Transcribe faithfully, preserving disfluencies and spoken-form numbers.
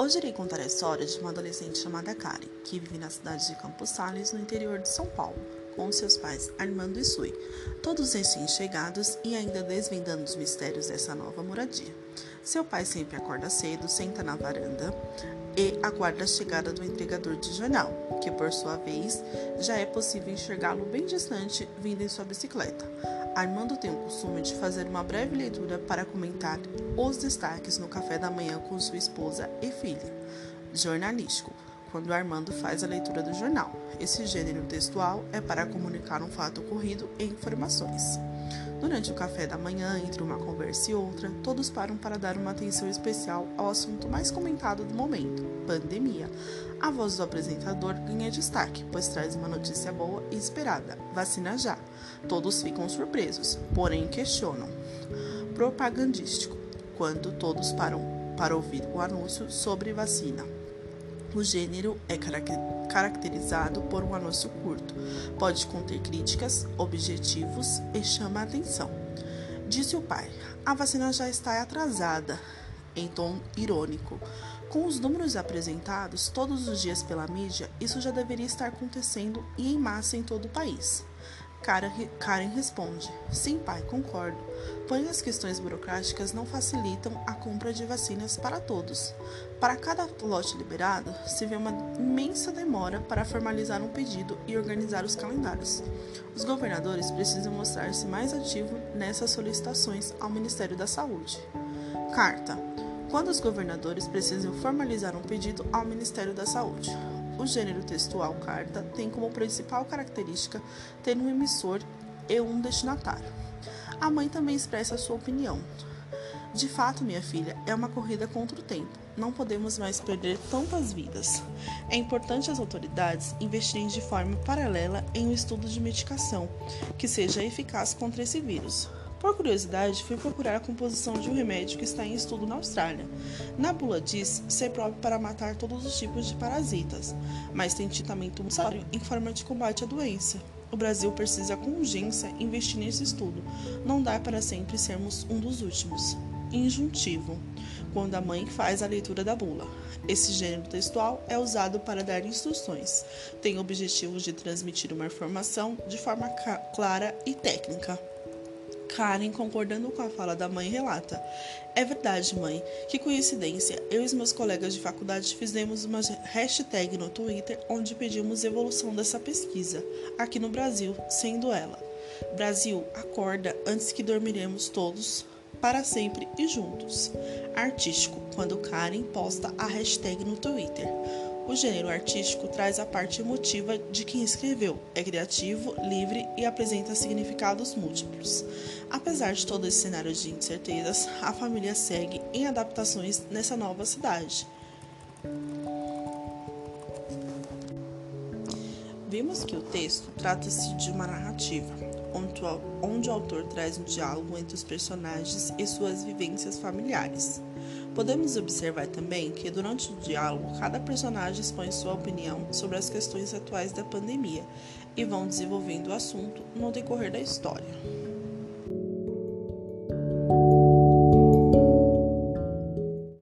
Hoje irei contar a história de uma adolescente chamada Karen, que vive na cidade de Campos Sales, no interior de São Paulo, com seus pais Armando e Sui, todos recém-chegados e ainda desvendando os mistérios dessa nova moradia. Seu pai sempre acorda cedo, senta na varanda e aguarda a chegada do entregador de jornal, que por sua vez já é possível enxergá-lo bem distante vindo em sua bicicleta. Armando tem o costume de fazer uma breve leitura para comentar os destaques no café da manhã com sua esposa e filha. Jornalístico, quando Armando faz a leitura do jornal. Esse gênero textual é para comunicar um fato ocorrido e informações. Durante o café da manhã, entre uma conversa e outra, todos param para dar uma atenção especial ao assunto mais comentado do momento, pandemia. A voz do apresentador ganha destaque, pois traz uma notícia boa e esperada, vacina já. Todos ficam surpresos, porém questionam. Propagandístico, quando todos param para ouvir o anúncio sobre vacina. O gênero é caracterizado por um anúncio curto, pode conter críticas, objetivos e chama a atenção. Disse o pai, a vacina já está atrasada, em tom irônico. Com os números apresentados todos os dias pela mídia, isso já deveria estar acontecendo e em massa em todo o país. Karen responde, sim pai, concordo, porém as questões burocráticas não facilitam a compra de vacinas para todos. Para cada lote liberado, se vê uma imensa demora para formalizar um pedido e organizar os calendários. Os governadores precisam mostrar-se mais ativos nessas solicitações ao Ministério da Saúde. Carta. Quando os governadores precisam formalizar um pedido ao Ministério da Saúde. O gênero textual carta tem como principal característica ter um emissor e um destinatário. A mãe também expressa sua opinião. De fato, minha filha, é uma corrida contra o tempo. Não podemos mais perder tantas vidas. É importante as autoridades investirem de forma paralela em um estudo de medicação que seja eficaz contra esse vírus. Por curiosidade, fui procurar a composição de um remédio que está em estudo na Austrália. Na bula diz ser próprio para matar todos os tipos de parasitas, mas tem tratamento necessário em forma de combate à doença. O Brasil precisa com urgência investir nesse estudo. Não dá para sempre sermos um dos últimos. Injuntivo, quando a mãe faz a leitura da bula. Esse gênero textual é usado para dar instruções. Tem o objetivo de transmitir uma informação de forma clara e técnica. Karen, concordando com a fala da mãe, relata. É verdade, mãe. Que coincidência. Eu e os meus colegas de faculdade fizemos uma hashtag no Twitter onde pedimos evolução dessa pesquisa, aqui no Brasil, sendo ela. Brasil, acorda antes que dormiremos todos, para sempre e juntos. Artístico, quando Karen posta a hashtag no Twitter. O gênero artístico traz a parte emotiva de quem escreveu, é criativo, livre e apresenta significados múltiplos. Apesar de todo esse cenário de incertezas, a família segue em adaptações nessa nova cidade. Vimos que o texto trata-se de uma narrativa, onde o autor traz um diálogo entre os personagens e suas vivências familiares. Podemos observar também que, durante o diálogo, cada personagem expõe sua opinião sobre as questões atuais da pandemia e vão desenvolvendo o assunto no decorrer da história.